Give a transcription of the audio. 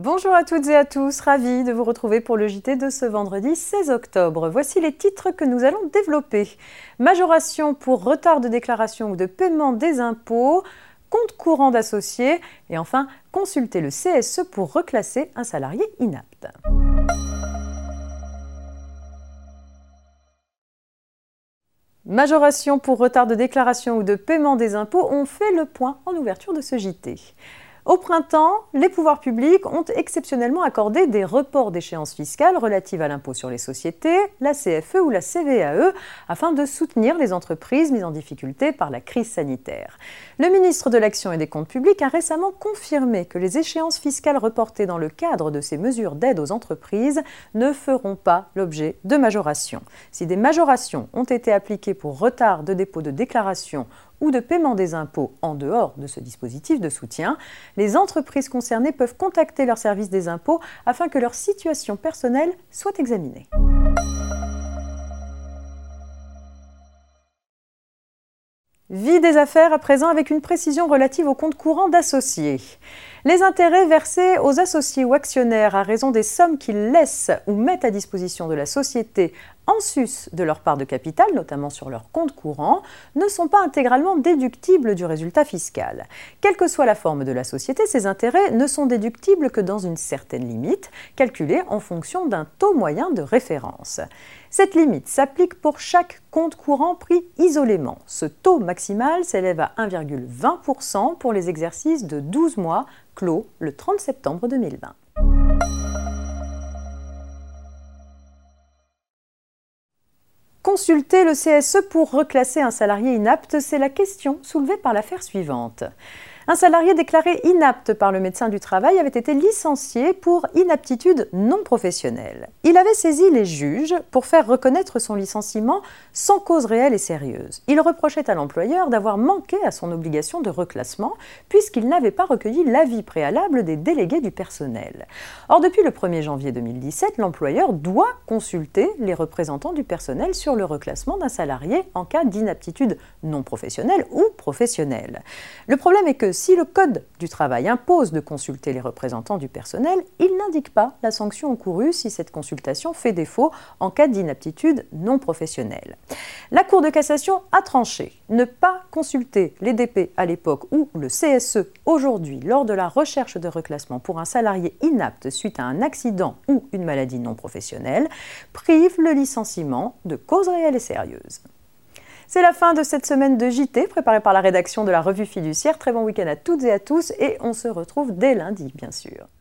Bonjour à toutes et à tous, ravie de vous retrouver pour le JT de ce vendredi 16 octobre. Voici les titres que nous allons développer. Majoration pour retard de déclaration ou de paiement des impôts, compte courant d'associés et enfin consulter le CSE pour reclasser un salarié inapte. Majoration pour retard de déclaration ou de paiement des impôts, on fait le point en ouverture de ce JT. Au printemps, les pouvoirs publics ont exceptionnellement accordé des reports d'échéances fiscales relatives à l'impôt sur les sociétés, la CFE ou la CVAE, afin de soutenir les entreprises mises en difficulté par la crise sanitaire. Le ministre de l'Action et des Comptes publics a récemment confirmé que les échéances fiscales reportées dans le cadre de ces mesures d'aide aux entreprises ne feront pas l'objet de majoration. Si des majorations ont été appliquées pour retard de dépôt de déclaration ou de paiement des impôts en dehors de ce dispositif de soutien, les entreprises concernées peuvent contacter leur service des impôts afin que leur situation personnelle soit examinée. Vie des affaires à présent avec une précision relative au compte courant d'associés. Les intérêts versés aux associés ou actionnaires à raison des sommes qu'ils laissent ou mettent à disposition de la société en sus de leur part de capital, notamment sur leur compte courant, ne sont pas intégralement déductibles du résultat fiscal. Quelle que soit la forme de la société, ces intérêts ne sont déductibles que dans une certaine limite, calculée en fonction d'un taux moyen de référence. Cette limite s'applique pour chaque compte courant pris isolément. Ce taux maximal s'élève à 1,20% pour les exercices de 12 mois clos le 30 septembre 2020. Consulter le CSE pour reclasser un salarié inapte, c'est la question soulevée par l'affaire suivante. Un salarié déclaré inapte par le médecin du travail avait été licencié pour inaptitude non professionnelle. Il avait saisi les juges pour faire reconnaître son licenciement sans cause réelle et sérieuse. Il reprochait à l'employeur d'avoir manqué à son obligation de reclassement puisqu'il n'avait pas recueilli l'avis préalable des délégués du personnel. Or, depuis le 1er janvier 2017, l'employeur doit consulter les représentants du personnel sur le reclassement d'un salarié en cas d'inaptitude non professionnelle ou professionnelle. Le problème est que si le Code du travail impose de consulter les représentants du personnel, il n'indique pas la sanction encourue si cette consultation fait défaut en cas d'inaptitude non professionnelle. La Cour de cassation a tranché. Ne pas consulter les DP à l'époque ou le CSE aujourd'hui lors de la recherche de reclassement pour un salarié inapte suite à un accident ou une maladie non professionnelle prive le licenciement de cause réelle et sérieuse. C'est la fin de cette semaine de JT préparée par la rédaction de la Revue Fiduciaire. Très bon week-end à toutes et à tous et on se retrouve dès lundi, bien sûr.